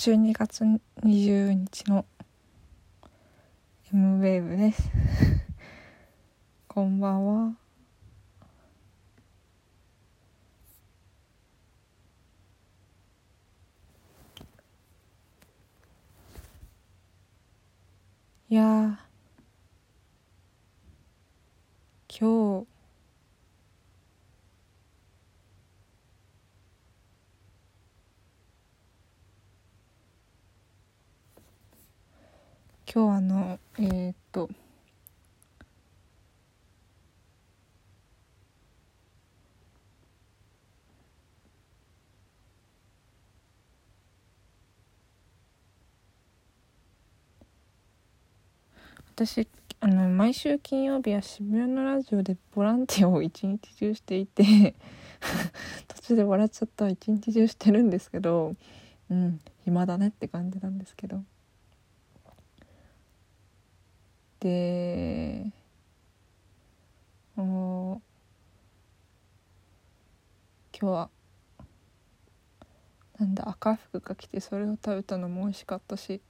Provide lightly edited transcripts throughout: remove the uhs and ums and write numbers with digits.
12月20日の M ウェーブですこんばんは。いやー、今日私毎週金曜日は渋谷のラジオでボランティアを一日中していて途中で笑っちゃった。一日中してるんですけど、暇だねって感じなんですけど、で今日は赤福が来て、それを食べたのも美味しかったし、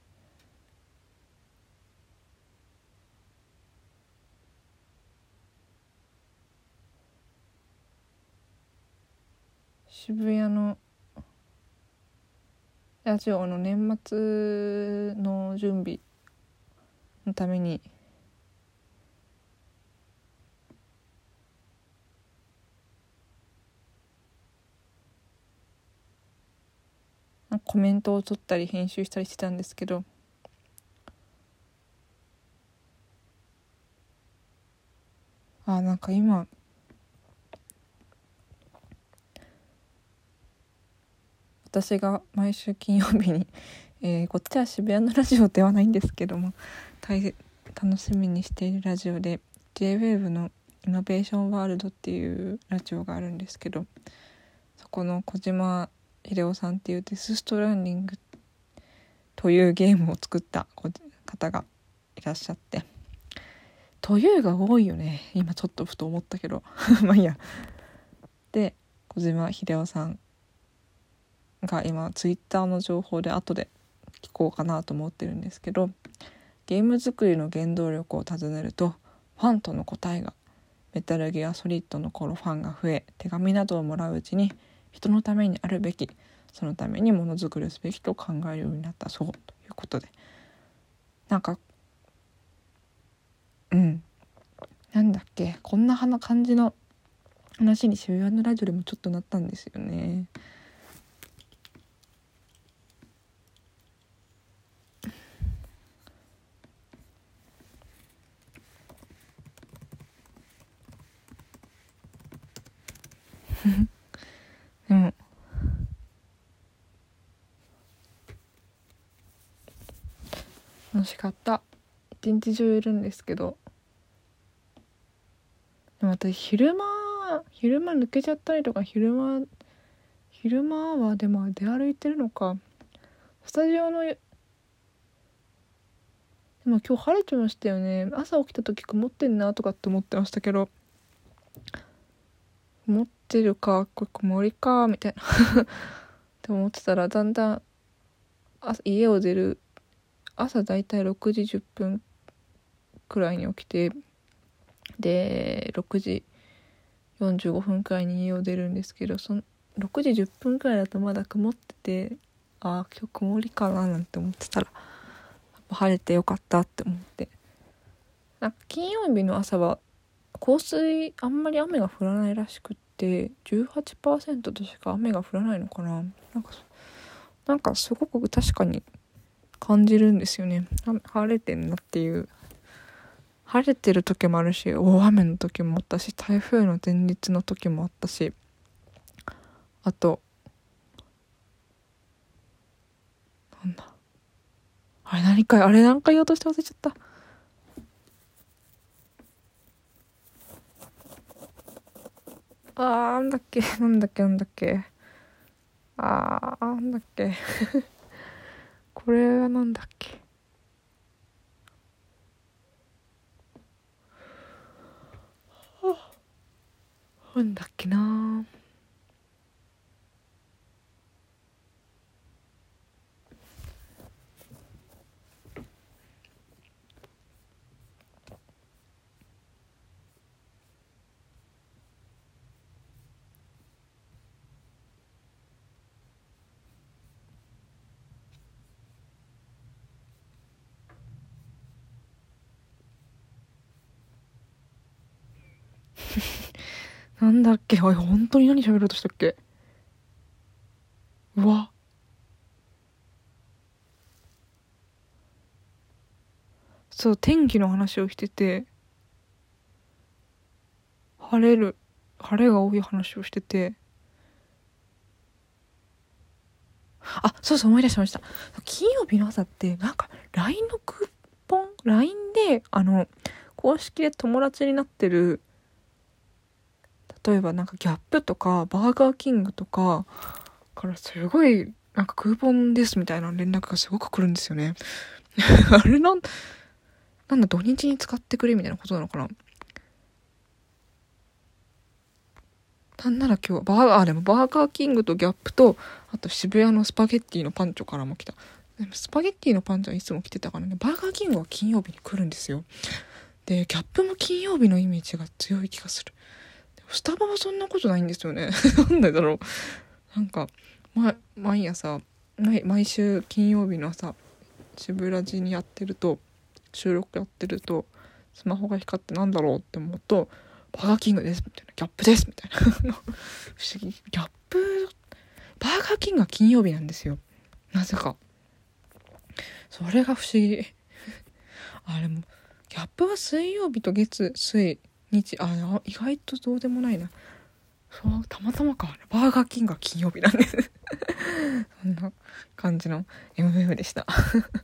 渋谷のラジオの年末の準備のためにコメントを取ったり編集したりしてたんですけど、今私が毎週金曜日に、こっちは渋谷のラジオではないんですけども、楽しみにしているラジオで J-WAVE のイノベーションワールドっていうラジオがあるんですけど、そこの小島秀夫さんっていうデスストランディングというゲームを作った方がいらっしゃって、というが多いよね、今ちょっとふと思ったけどまあいいや。で、小島秀夫さんが今ツイッターの情報で後で聞こうかなと思ってるんですけど、ゲーム作りの原動力を尋ねるとファンとの答えが、メタルギアソリッドの頃ファンが増え、手紙などをもらううちに人のためにあるべき、そのためにものづくりすべきと考えるようになったそうということで、こんな感じの話に渋谷のラジオでもちょっとなったんですよね。でも楽しかった。一日中いるんですけど、でも私昼間抜けちゃったりとか、昼間はでも出歩いてるのか。スタジオのでも今日晴れてましたよね。朝起きた時曇ってんなとかって思ってましたけど、曇ってるか、これ曇りかみたいなって思ってたら、だんだん家を出る朝だいたい6時10分くらいに起きて、で6時45分くらいに家を出るんですけど、その6時10分くらいだとまだ曇ってて、今日曇りかななんて思ってたら、晴れてよかったって思って、金曜日の朝は降水あんまり雨が降らないらしくって、18% としか雨が降らないのかな。なんかすごく確かに感じるんですよね。晴れてんなっていう。晴れてる時もあるし、大雨の時もあったし、台風の前日の時もあったし、あと何か言おうとして忘れちゃった。なんだっけこれはなんだっけ。なんだっけな。 なんだっけ、本当に何喋ろうとしたっけ。うわ。そう、天気の話をしてて、晴れが多い話をしてて、そうそう、思い出しました。金曜日の朝って、なんか、LINE のクーポン ?LINE で、公式で友達になってる、例えばなんかギャップとか、バーガーキングとか、からすごい、なんかクーポンですみたいな連絡がすごく来るんですよね。あれなんだ、土日に使ってくれみたいなことなのかな。なんなら今日はでもバーガーキングとギャップと、あと渋谷のスパゲッティのパンチョからも来た。でもスパゲッティのパンチョはいつも来てたからね。バーガーキングは金曜日に来るんですよ。で、ギャップも金曜日のイメージが強い気がする。スタバはそんなことないんですよね。なんでだろう。なんか、毎週金曜日の朝、渋ラジに収録やってると、スマホが光ってなんだろうって思うと、バーガーキングですみたいな、ギャップですみたいな。不思議。ギャップ、バーガーキングは金曜日なんですよ。なぜか。それが不思議。でも、ギャップは水曜日と水、日、意外とどうでもないな。そう、たまたまか。バーガーキングは金曜日なんです。そんな感じの MF でした。